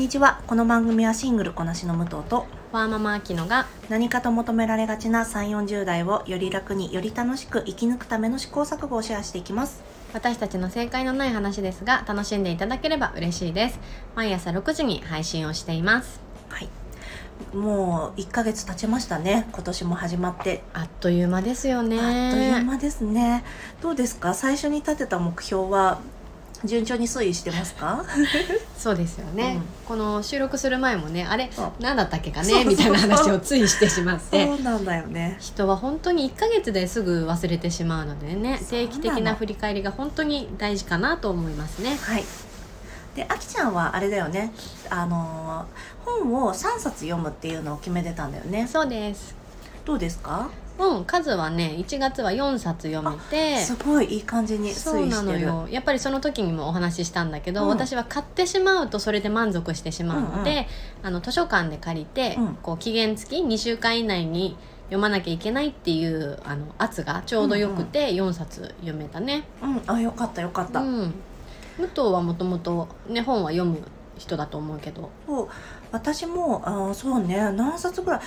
ちは。この番組はシングルこなしの武藤とワーママアキノが何かと求められがちな3、40代をより楽により楽しく生き抜くための試行錯誤をシェアしていきます。 私たちの正解のない話ですが楽しんでいただければ嬉しいです。毎朝6時に配信をしています。 はい、もう1ヶ月経ちましたね。今年も始まってあっという間ですよね。 あっという間ですね。どうですか？最初に立てた目標は順調に推移してますか？ そうですよね、この収録する前もねあれ何だったっけかそうねみたいな話をついしてしまってそうなんだよね。 人は本当に1ヶ月ですぐ忘れてしまうのでね、定期的な振り返りが本当に大事かなと思いますね。 はい。で、あきちゃんはあれだよね、本を3冊読むっていうのを決めてたんだよね。 そうです。 どうですか？ 数はね1月は4冊読めて、 すごいいい感じにそう推移してる。 なのよ。やっぱりその時にもお話ししたんだけど、私は買ってしまうとそれで満足してしまうので、図書館で借りて、こう期限付き2週間以内に読まなきゃいけないっていう圧がちょうどよくて4冊読めたね。 よかったよかった。 武藤はもともとね本は読む人だと思うけど、 そう私もそうね、何冊ぐらい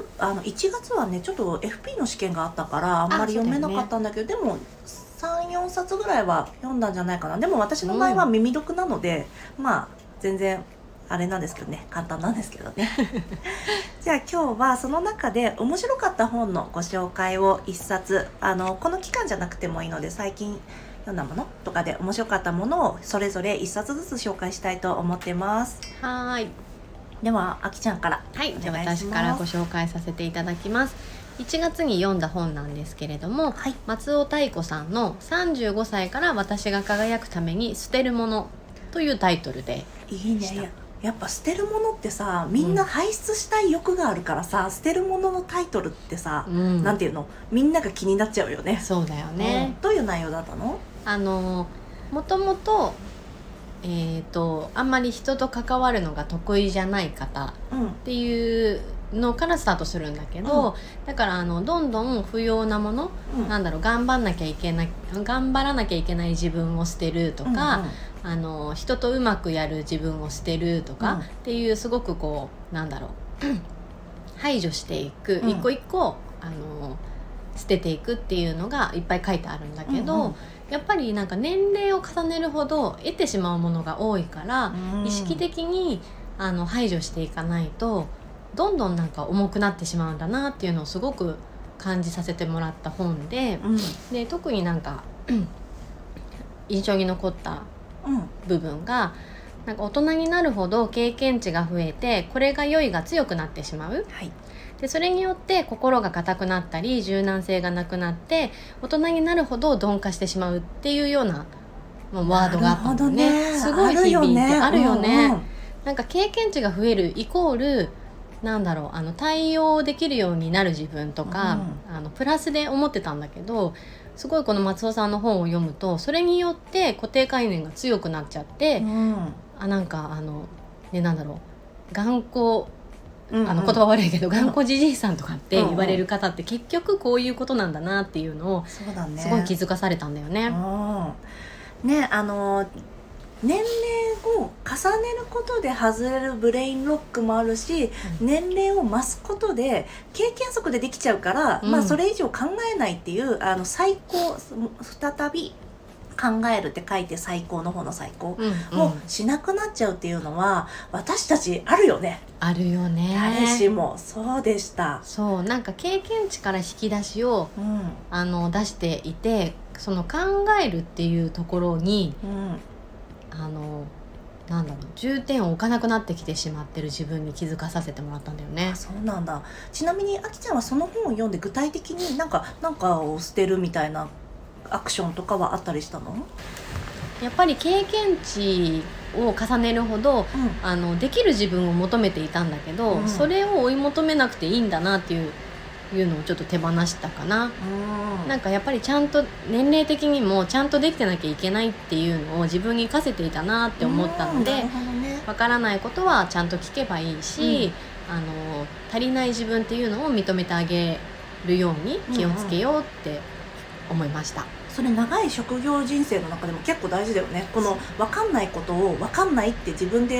1月はねちょっと FP の試験があったからあんまり読めなかったんだけど、でも 3,4 冊ぐらいは読んだんじゃないかな。でも私の場合は耳読なので、まあ全然あれなんですけどね、簡単なんですけどね。じゃあ今日はその中で面白かった本のご紹介を1冊この期間じゃなくてもいいので最近読んだものとかで面白かったものをそれぞれ1冊ずつ紹介したいと思ってます。 はい。 ではあきちゃんからはい、じゃあ私からご紹介させていただきます。1月に読んだ本なんですけれども、松尾太子さんの35歳から私が輝くために捨てるものというタイトルでいいね。やっぱ捨てるものってさ、みんな排出したい欲があるからさ、捨てるもののタイトルってさ、なんていうの、みんなが気になっちゃうよね。 そうだよね、 どういう内容だったの？ もともとあんまり人と関わるのが得意じゃない方っていうのからスタートするんだけど、だからどんどん不要なもの、頑張らなきゃいけない自分を捨てるとか、人とうまくやる自分を捨てるとかっていうすごくこう排除していく、一個一個捨てていくっていうのがいっぱい書いてあるんだけど、やっぱり年齢を重ねるほど得てしまうものが多いから、意識的に排除していかないとどんどん重くなってしまうんだなっていうのをすごく感じさせてもらった本で、で特に印象に残った部分が大人になるほど経験値が増えてこれが良いが強くなってしまう、でそれによって心が硬くなったり柔軟性がなくなって大人になるほど鈍化してしまうっていうようなワードがあったのね。すごい響いてあるよね。経験値が増えるイコール対応できるようになる自分とか、プラスで思ってたんだけど、すごいこの松尾さんの本を読むとそれによって固定概念が強くなっちゃって、頑固言葉悪いけど頑固じじいさんとかって言われる方って結局こういうことなんだなっていうのをすごい気づかされたんだよね。 年齢を重ねることで外れるブレインロックもあるし、年齢を増すことで経験則でできちゃうから、それ以上考えないっていう再考、再び考えるって書いて最高の方の最高もしなくなっちゃうっていうのは私たちあるよね。 あるよね。 誰しもそうでした。 そう経験値から引き出しを、出していて、その考えるっていうところに、重点を置かなくなってきてしまってる自分に気づかさせてもらったんだよね。 そうなんだ。ちなみにあきちゃんはその本を読んで具体的になんかを捨てるみたいなアクションとかはあったりしたの？ やっぱり経験値を重ねるほど、できる自分を求めていたんだけど、それを追い求めなくていいんだなっていうのをちょっと手放したかな。やっぱりちゃんと年齢的にもちゃんとできてなきゃいけないっていうのを自分に課せていたなって思ったので、わからないことはちゃんと聞けばいいし、足りない自分っていうのを認めてあげるように気をつけようって思いました。 それ長い職業人生の中でも結構大事だよね。この分かんないことを分かんないって自分で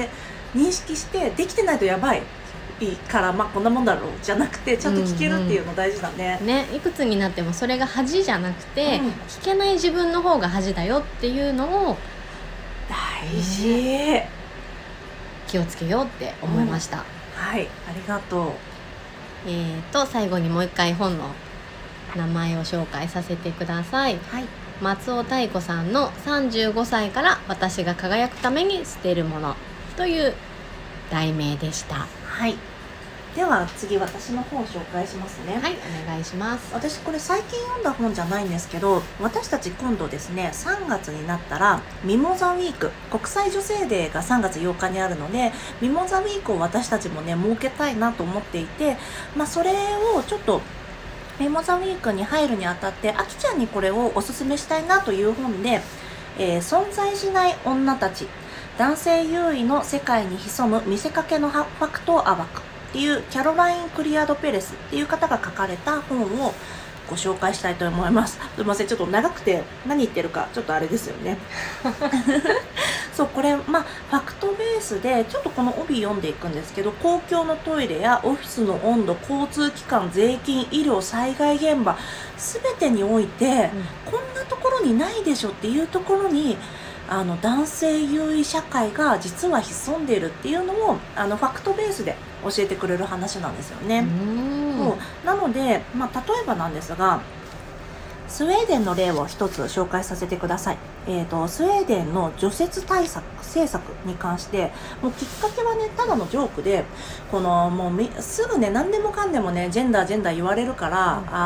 認識してできてないとやばいから、こんなもんだろうじゃなくて、ちゃんと聞けるっていうの大事だね。 いくつになってもそれが恥じゃなくて、聞けない自分の方が恥だよっていうのを大事、 気をつけようって思いました。 はい、ありがとう。 最後にもう一回本の名前を紹介させてください。松尾妙子さんの35歳から私が輝くために捨てるものという題名でした。 では次、私の方を紹介しますね。 お願いします。 私これ最近読んだ本じゃないんですけど、私たち今度ですね、3月になったらミモザウィーク、国際女性デーが3月8日にあるので、ミモザウィークを私たちもね設けたいなと思っていて、それをちょっとミモザウィークに入るにあたってあきちゃんにこれをおすすめしたいなという本で、存在しない女たち、男性優位の世界に潜む見せかけのファクトを暴くっていうキャロライン・クリアード・ペレスっていう方が書かれた本をご紹介したいと思います。すいません、ちょっと長くて何言ってるかちょっとあれですよね。そう、これファクトベースでちょっとこの帯読んでいくんですけど、公共のトイレやオフィスの温度、交通機関、税金、医療、災害現場全てにおいて、こんなところにないでしょっていうところに男性優位社会が実は潜んでいるっていうのをファクトベースで教えてくれる話なんですよね。そうなので、例えばなんですが、スウェーデンの例を一つ紹介させてください。スウェーデンの除雪対策政策に関して、もうきっかけはねただのジョークで、もうすぐね何でもかんでもねジェンダー言われるから、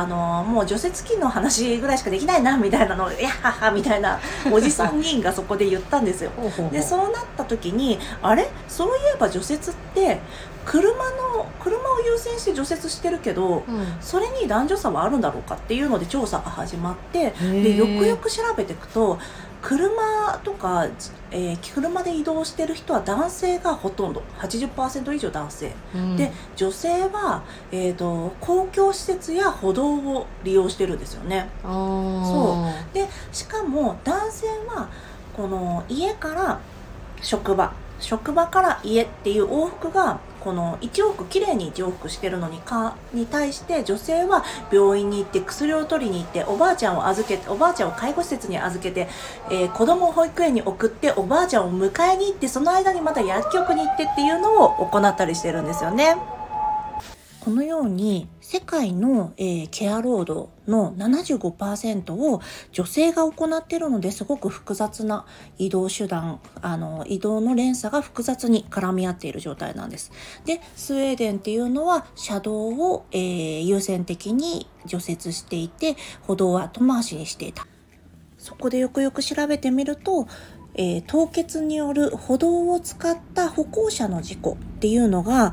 もう除雪機の話ぐらいしかできないなみたいなのをやっはっはみたいなおじさん議員がそこで言ったんですよ。でそうなった時に、あれそういえば除雪って車を優先して除雪してるけど、それに男女差はあるんだろうかっていうので調査が始まって、でよくよく調べていくと、車とか、車で移動してる人は男性がほとんど 80% 以上男性、で女性は、公共施設や歩道を利用してるんですよね。そうでしかも男性はこの家から職場から家っていう往復がこの1往復きれいに1往復してるのに対して、女性は病院に行って薬を取りに行って、おばあちゃんを介護施設に預けて、子供を保育園に送って、おばあちゃんを迎えに行って、その間にまた薬局に行ってっていうのを行ったりしてるんですよね。このように世界の、ケア労働の 75% を女性が行っているので、すごく複雑な移動手段、移動の連鎖が複雑に絡み合っている状態なんです。でスウェーデンっていうのは車道を、優先的に除雪していて、歩道は後回しにしていた。そこでよくよく調べてみると、凍結による歩道を使った歩行者の事故っていうのが、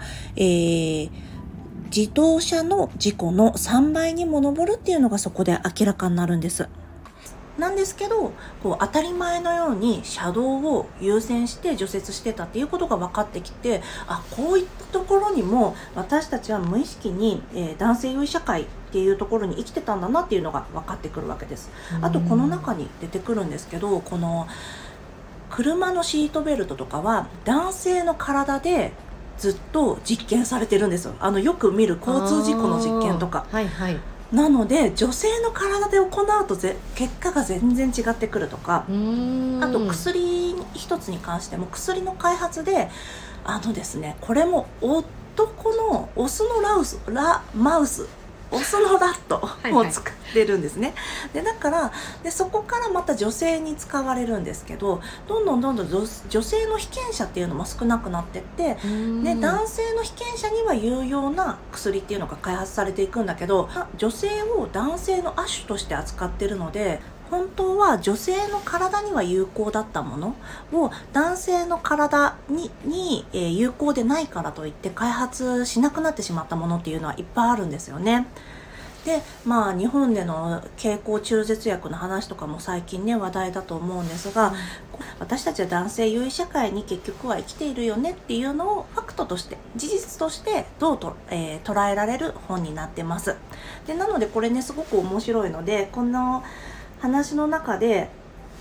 自動車の事故の3倍にも上るっていうのがそこで明らかになるんです。なんですけど、当たり前のように車道を優先して除雪してたっていうことが分かってきて、こういったところにも私たちは無意識に、男性優位社会っていうところに生きてたんだなっていうのが分かってくるわけです。あとこの中に出てくるんですけど、この車のシートベルトとかは男性の体でずっと実験されてるんですよ。よく見る交通事故の実験とか、なので女性の体で行うと結果が全然違ってくるとか、あと薬一つに関しても、薬の開発でですね、これも男のオスのマウス、オスのラットを使ってるんですね。でだからそこからまた女性に使われるんですけど、どんどん女性の被験者っていうのも少なくなってって、で男性の被験者には有用な薬っていうのが開発されていくんだけど、女性を男性の亜種として扱ってるので、本当は女性の体には有効だったものを男性の体に有効でないからといって開発しなくなってしまったものっていうのはいっぱいあるんですよね。で日本での経口中絶薬の話とかも最近ね話題だと思うんですが、私たちは男性優位社会に結局は生きているよねっていうのをファクトとして、事実としてどう捉えられる本になってます。でなのでこれねすごく面白いので、この話の中で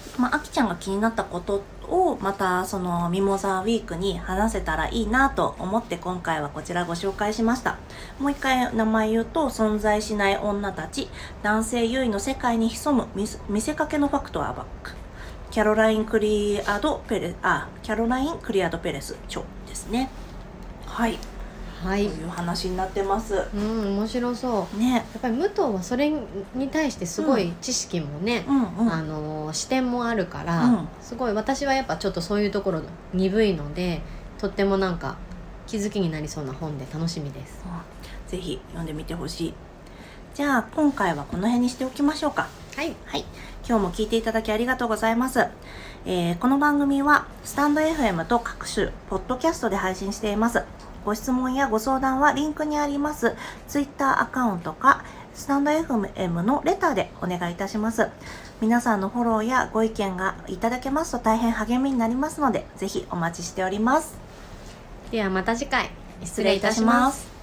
あきちゃんが気になったことをまたそのミモザウィークに話せたらいいなと思って今回はこちらご紹介しました。もう一回名前言うと、存在しない女たち、男性優位の世界に潜む見せかけのファクトを暴く、キャロライン・クリアド・ペレス著ですね。はい、 はい、 という話になってます。 面白そうね。 やっぱり武藤はそれに対してすごい知識もね、視点もあるから、すごい私はやっぱちょっとそういうところ鈍いので、とってもなんか気づきになりそうな本で楽しみです。 ぜひ読んでみてほしい。じゃあ今回はこの辺にしておきましょうか。 はい、 はい、今日も聞いていただきありがとうございます。この番組はスタンド FM と各種ポッドキャストで配信しています。ご質問やご相談はリンクにありますツイッターアカウントかスタンド FM のレターでお願いいたします。皆さんのフォローやご意見がいただけますと大変励みになりますので、ぜひお待ちしております。 ではまた次回失礼いたします。